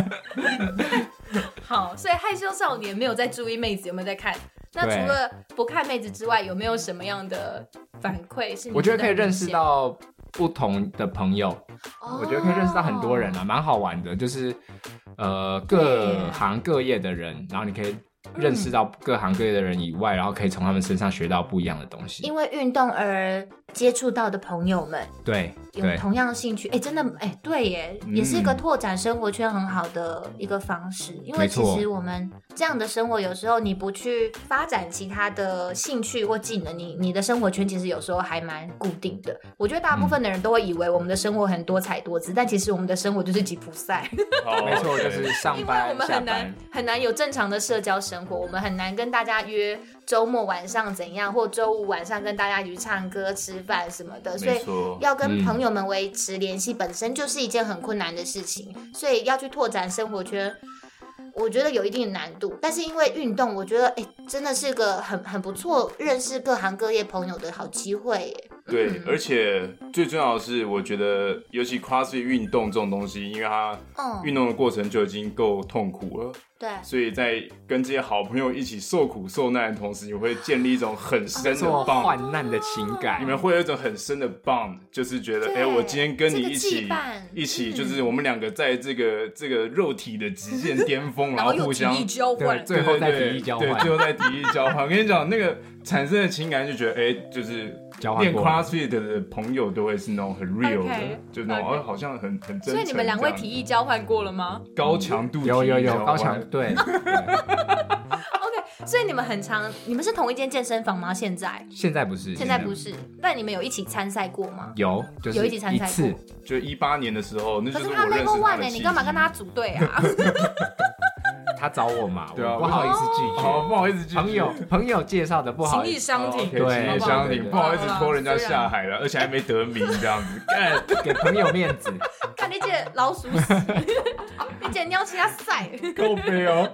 好，所以害羞少年没有在注意妹子有没有在看。那除了不看妹子之外，有没有什么样的反馈是你？ 我觉得可以认识到不同的朋友，我觉得可以认识到很多人啊，蛮好玩的。就是各行各业的人，然后你可以认识到各行各业的人以外，然后可以从他们身上学到不一样的东西。 因为运动而接触到的朋友们， 对， 有同样的兴趣，真的，对耶，也是一个拓展生活圈很好的一个方式。因为其实我们这样的生活，有时候你不去发展其他的兴趣或技能，你的生活圈其实有时候还蛮固定的。我觉得大部分的人都会以为我们的生活很多彩多姿，但其实我们的生活就是吉普赛。 没错，就是上班， 因为我们很难有正常的社交生活，我们很难跟大家约周末晚上怎样，或周五晚上跟大家一起唱歌、吃饭什么的，所以要跟朋友们维持联系本身就是一件很困难的事情，所以要去拓展生活圈，我觉得有一定的难度。但是因为运动，我觉得真的是个很不错认识各行各业朋友的好机会耶。 对，而且最重要的是，我觉得尤其 CrossFit 运动这种东西，因为它运动的过程就已经够痛苦了。 对， 所以在跟这些好朋友一起受苦受难的同时，你会建立一种很深的bond， 患难的情感。 你们会有一种很深的 bond， 就是觉得，我今天跟你一起，就是我们两个在这个肉体的极限巅峰，然后互相体力交换， 最后再体力交换， 对，最后再体力交换。我跟你讲，那个产生的情感就觉得，就是练 CrossFit 的朋友都会是那种很 real 的，就那种好像很真诚。 所以你们两位体力交换过了吗？ 高强度有高强度。对 ，OK， 所以你们你们是同一间健身房吗？现在不是， 但你们有一起参赛过吗？ 有一起参赛过， 就18年的时候，那就是我认识他的契机。可是他 Level 1你干嘛跟他组队啊？ 他找我嘛， 对啊， 不好意思拒绝， 不好意思拒绝， 朋友介绍的，不好意思， 情义相挺， 对，情义相挺，不好意思拖人家下海了，而且还没得名这样子， 给朋友面子。 看你姐老鼠屎，你姐尿其他赛， 够悲哦。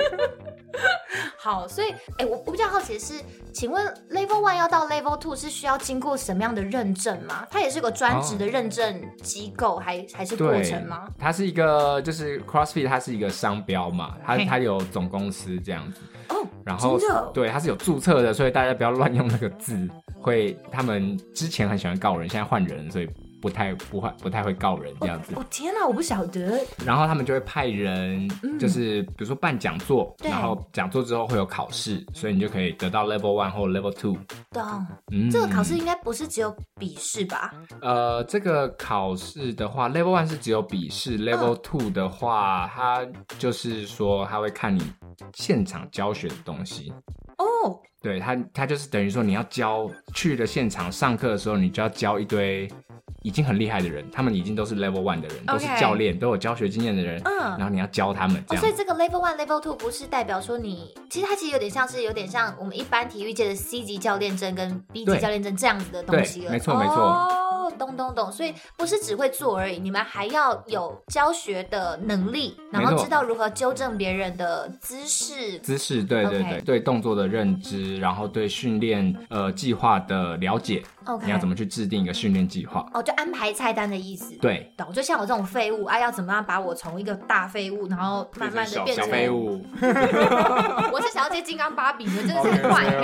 好，所以我比较好奇的是，请问 Level 1要到 Level 2是需要经过什么样的认证吗？它也是个专职的认证机构，还是过程吗？ 它是一个就是 CrossFit， 它是一个商标嘛，它有总公司这样子。 然后对它是有注册的，所以大家不要乱用那个字，他们之前很喜欢告人，现在换人，所以不太会告人这样子。 天哪，我不晓得。 然后他们就会派人，就是比如说办讲座，然后讲座之后会有考试，所以你就可以得到 Level 1或 Level 2。 懂。这个考试应该不是只有笔试吧？ 这个考试的话 ，Level 1是只有笔试，Level 2的话，它就是说它会看你现场教学的东西。 哦。 对，它就是等于说你要教去的现场上课的时候，你就要教一堆已经很厉害的人，他们已经都是 Level 1的人，都是教练，都有教学经验的人，然后你要教他们这样。 所以这个 Level 1 Level 2不是代表说其实它其实有点像我们一般体育界的 C 级教练证跟 B 级教练证这样子的东西了。 没错没错。 懂，所以不是只会做而已，你们还要有教学的能力，然后知道如何纠正别人的姿势， 对动作的认知，然后对训练计划的了解，你要怎么去制定一个训练计划？ 就安排菜单的意思。 对， 懂。就像我这种废物要怎么样把我从一个大废物，然后慢慢的变成小废物。 我是想要接金刚芭比，你们真的是很坏。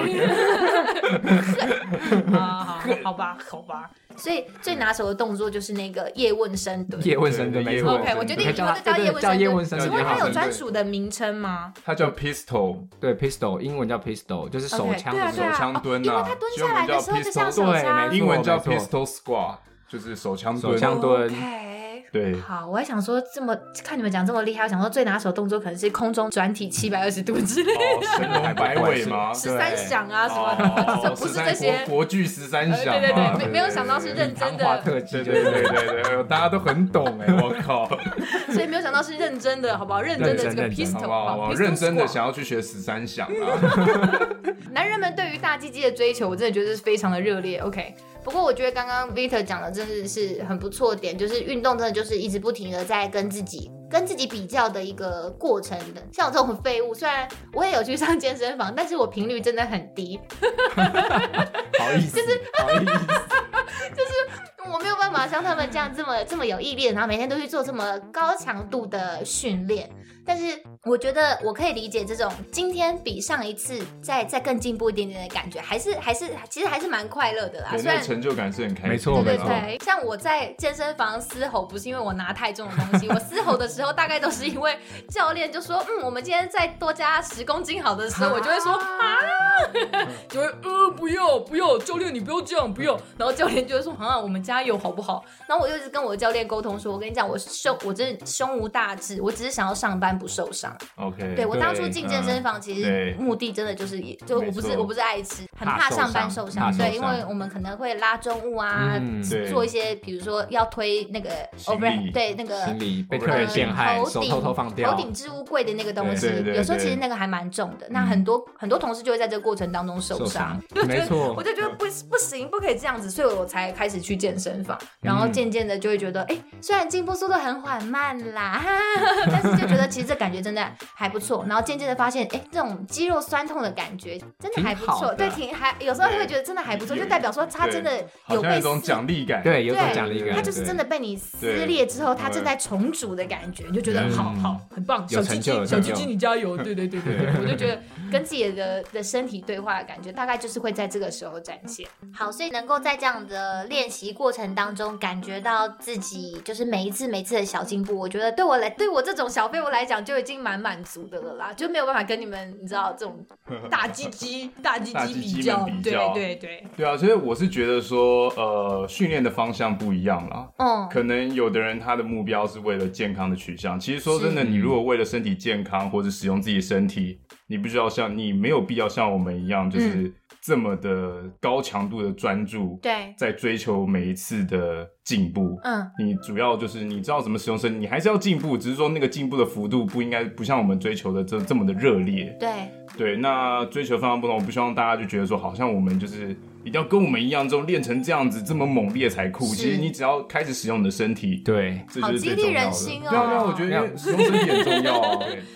好吧。所以最拿手的动作就是那个叶问深蹲。 叶问深蹲，没错。 OK， 我决定以后就叫叶问深蹲。请问它有专属的名称吗？ 它叫 pistol， 对 pistol， 英文叫 pistol， 就是手枪蹲因为它蹲下来的时候就像手枪。 英文叫 pistol squat， 就是手枪蹲。对， 好，我还想说看你们讲这么厉害，我想说最拿手动作可能是空中转体720度之类的， 神龙摆尾吗 ？13响啊什么的，不是这些国剧13响， 对，没有想到是认真的特技， 对，大家都很懂我靠， 所以没有想到是认真的，好不好？认真的这个 pistol， 好，认真的想要去学13响啊！ 男人们对于大鸡鸡的追求，我真的觉得是非常的热烈。OK。不过我觉得刚刚 Victor 讲的真的是很不错的点，就是运动真的就是一直不停的在跟自己比较的一个过程的。像我这种废物，虽然我也有去上健身房，但是我频率真的很低。 好意思，就是我没有办法像他们这样这么有毅力，然后每天都去做这么高强度的训练。但是我觉得我可以理解这种今天比上一次再更进步一点点的感觉，其实还是蛮快乐的啦。 对，那个成就感是很开心。 没错。 对，像我在健身房嘶吼，不是因为我拿太重的东西，我嘶吼的时候大概都是因为教练就说，我们今天再多加10公斤好的时候，我就会说就会不要，教练你不要这样，不要。然后教练就会说我们加油好不好？然后我就一直跟我的教练沟通说，我跟你讲，我真的胸无大志，我只是想要上班不受伤。 OK， 对，我当初进健身房其实目的真的就是我不是爱吃，很怕上班受伤。对，因为我们可能会拉重物啊，做一些比如说要推那个 overhead， 对，那个行李被客人陷害，手偷偷放掉， 头顶置物柜的那个东西，有时候其实那个还蛮重的。那很多同事就会在这个过程当中受伤。 没错， 我就觉得不行，不可以这样子，所以我才开始去健身房，然后渐渐的就会觉得，虽然进步速度很缓慢啦，但是就觉得其实这感觉真的还不错。然后渐渐的发现，这种肌肉酸痛的感觉真的还不错，对，有时候会觉得真的还不错，就代表说他真的有被一种奖励感， 对，有种奖励感， 他就是真的被你撕裂之后，他正在重组的感觉，你就觉得好，很棒， 有成就，小鸡鸡你加油，对， 我就觉得跟自己的身体对话的感觉，大概就是会在这个时候展现。好，所以能够在这样的练习过程当中，感觉到自己就是每一次的小进步，我觉得对我这种小废物来讲，就已经蛮满足的了啦，就没有办法跟你们你知道这种大鸡鸡比较， 对啊，所以我是觉得说，训练的方向不一样啦。可能有的人他的目标是为了健康的取向，其实说真的，你如果为了身体健康或者使用自己的身体，你没有必要像我们一样，就是这么的高强度的专注， 对， 在追求每一次的进步。你主要就是你知道怎么使用身体，你还是要进步，只是说那个进步的幅度不像我们追求的这么的热烈。对，那追求方向不同，我不希望大家就觉得说，好像我们就是一定要跟我们一样，这种练成这样子这么猛烈才酷。其实你只要开始使用你的身体， 对， 这就是最重要的。 好激励人心哦。 对啊，我觉得使用身体很重要啊。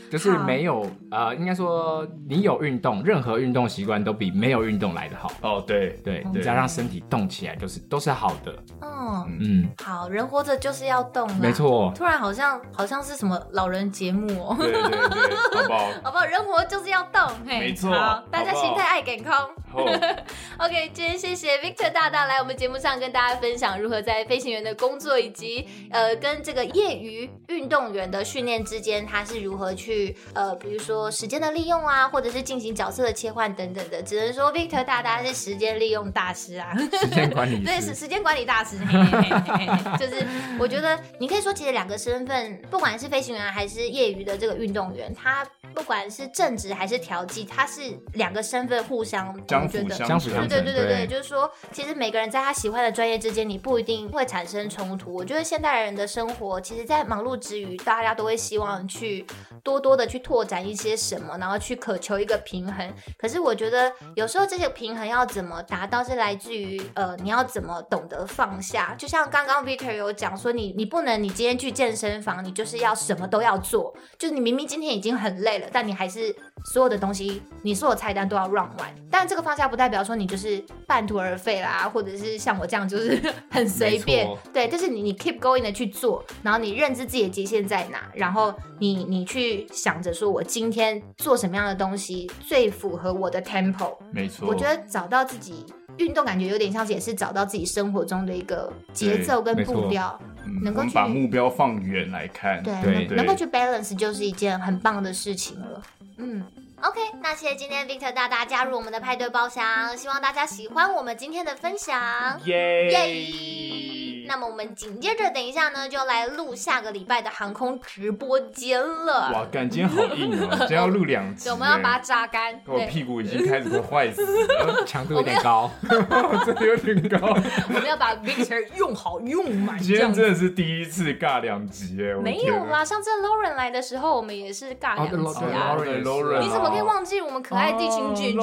就是没有应该说你有运动，任何运动习惯都比没有运动来得好。 哦，对， 你只要让身体动起来，都是好的。 好，人活着就是要动啦。 没错。 突然好像是什么老人节目哦。 对，好不好？ 好不好？人活就是要动， 没错。 好，大家心态爱健康。OK， 今天谢谢 Victor 大大来我们节目上跟大家分享如何在飞行员的工作以及跟这个业余运动员的训练之间，他是如何去比如说时间的利用啊，或者是进行角色的切换等等的。只能说 Victor 大大是时间利用大师啊， 时间管理师。 对，是时间管理大师。就是我觉得你可以说，其实两个身份，不管是飞行员还是业余的这个运动员，他不管是正职还是调剂，他是两个身份互相相辅相成。 对，就是说，其实每个人在他喜欢的专业之间，你不一定会产生冲突。我觉得现代人的生活，其实在忙碌之余，大家都会希望去多多的去拓展一些什么，然后去渴求一个平衡。可是我觉得有时候这些平衡要怎么达到，是来自于你要怎么懂得放下。就像刚刚 Victor 有讲说，你不能你今天去健身房，你就是要什么都要做，就是你明明今天已经很累了，但你还是所有的东西，你所有菜单都要 run 完。但这个放下不代表说你就是半途而废啦，或者是像我这样就是很随便。对，就是你 keep going 的去做，然后你认知自己的极限在哪，然后你去想着说我今天做什么样的东西最符合我的 tempo。 没错， 我觉得找到自己运动感觉有点像是也是找到自己生活中的一个节奏跟步调，能够去把目标放远来看， 对，能够去 balance 就是一件很棒的事情了。OK， 那谢谢今天 Victor 大大加入我们的派对包厢，希望大家喜欢我们今天的分享，耶！那么我们紧接着等一下呢，就来录下个礼拜的航空直播间了。 哇，今天好硬哦，今天要录2集， 我们要把它榨干。 我屁股已经开始快坏死了， 强度有点高， 真的有点高。 我们要把 Victor 用好用满。 今天真的是第一次尬2集耶！ 没有啦，上次 Lauren 来的时候，我们也是尬2集啊。 Lauren， 你怎么可以忘记我们可爱地勤姐姐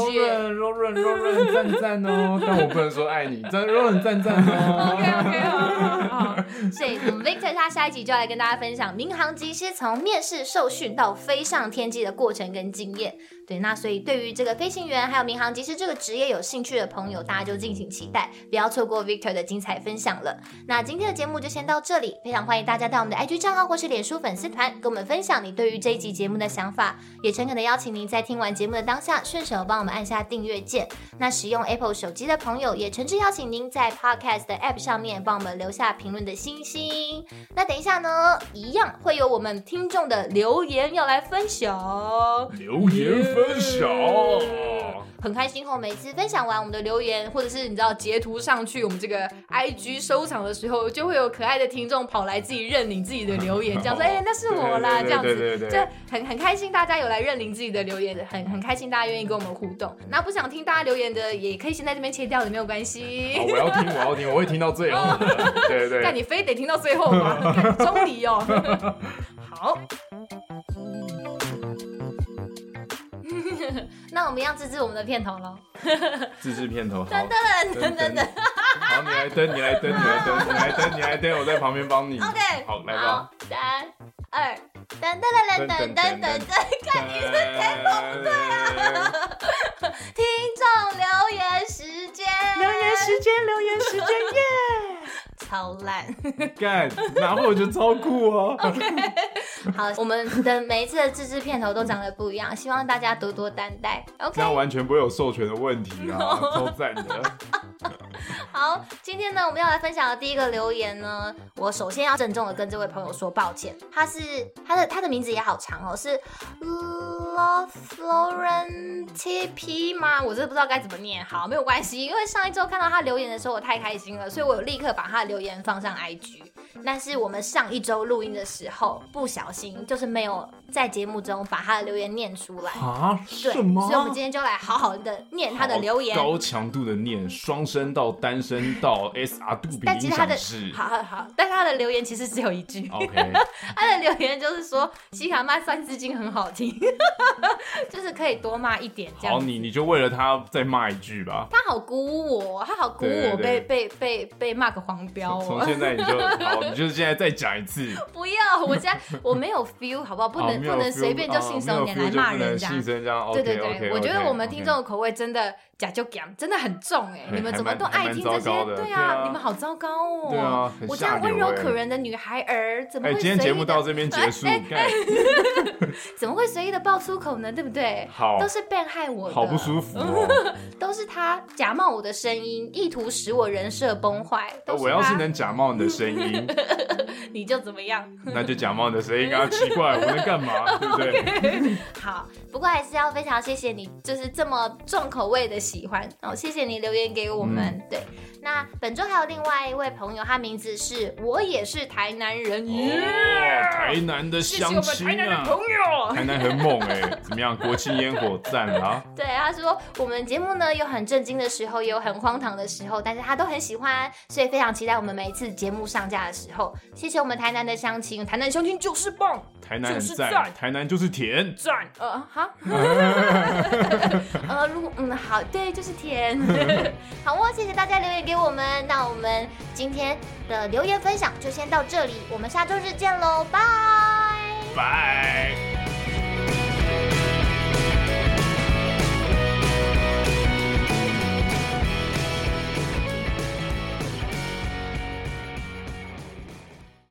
？Lauren 赞哦！但我不能说爱你，Lauren 赞哦。 OK， 好。所以 Victor 他下一集就来跟大家分享民航机师从面试受训到飞上天际的过程跟经验。对，那所以对于这个飞行员还有民航机师这个职业有兴趣的朋友，大家就敬请期待，不要错过 Victor 的精彩分享了。那今天的节目就先到这里，非常欢迎大家到我们的 IG 账号或是脸书粉丝团跟我们分享你对于这一集节目的想法，也诚恳的邀请您在听完节目的当下顺手帮我们按下订阅键。那使用 Apple 手机的朋友也诚挚邀请您在 Podcast 的 App 上面帮我们留下评论的星星。那等一下呢，一样会有我们听众的留言要来分享， 留言分享， 很开心哦！每次分享完我们的留言，或者是你知道截图上去我们这个 IG 收藏的时候，就会有可爱的听众跑来自己认领自己的留言，这样说那是我啦，这样子就很开心，大家有来认领自己的留言，很开心，大家愿意跟我们互动。那不想听大家留言的，也可以先在这边切掉的，没有关系。 我要听，我会听到最后的。对， 但你非得听到最后吗？中离哦。好。那我们要自制我们的片头咯。 自制片头， 等。 好，你来登，我在旁边帮你。 OK， 好，来吧。 3、2，等，看你的 tempo 不对啊！听众留言时间，耶！超烂， 干，然后我就超酷哦。 OK， 好，我们的每一次的自制片头都长得不一样，希望大家多多担待。OK， 这样完全不会有授权的问题啊，超赞的。 好，今天呢，我们要来分享的第一个留言呢，我首先要郑重的跟这位朋友说抱歉，他的名字也好长哦，是 Lauren TP 吗？我真的不知道该怎么念。好，没有关系，因为上一周看到他留言的时候，我太开心了，所以我有立刻把他的留言放上 IG。但是我们上一周录音的时候，不小心就是没有在节目中把他的留言念出来啊？ 对， 什么？ 所以我们今天就来好好的念他的留言， 高强度的念，双声道、单声道、SR 杜比音响式。 好，但是他的留言其实只有一句。 OK， 他的留言就是说西卡骂三字经很好听，就是可以多骂一点这样。 好，你就为了他再骂一句吧。 他好鼓舞我，被骂个黄标哦。 从现在你就好，你就是现在再讲一次。 不要，我没有 feel， 好不好？不能不能随便就信手拈来骂人家。 对对对，我觉得我们听众的口味真的假就讲，真的很重哎，你们怎么都爱听这些？对啊，你们好糟糕哦。 对啊， 我这样温柔可人的女孩儿，怎么会随意的？ 今天节目到这边结束， 怎么会随意的爆粗口呢？对不对？ 好， 都是变害我的， 好不舒服哦。 都是他假冒我的声音，意图使我人设崩坏。 我要是能假冒你的声音， 你就怎么样？ 那就假冒你的声音啊！奇怪，我能干嘛？对不对？ 好，不过还是要非常谢谢你，就是这么重口味的喜欢哦，谢谢你留言给我们。对，那本周还有另外一位朋友，他名字是我也是台南人台南的乡亲啊， 台南的朋友， 台南很猛哎，怎么样？国庆烟火赞啦！ 对，他说我们节目呢有很震惊的时候，也有很荒唐的时候，但是他都很喜欢，所以非常期待我们每一次节目上架的时候。谢谢我们台南的乡亲，台南乡亲就是棒， 台南很赞，台南就是甜， 赞。好，好，对，就是甜。好哦，谢谢大家留言给我们，那我们今天的留言分享就先到这里，我们下周日见喽，拜拜。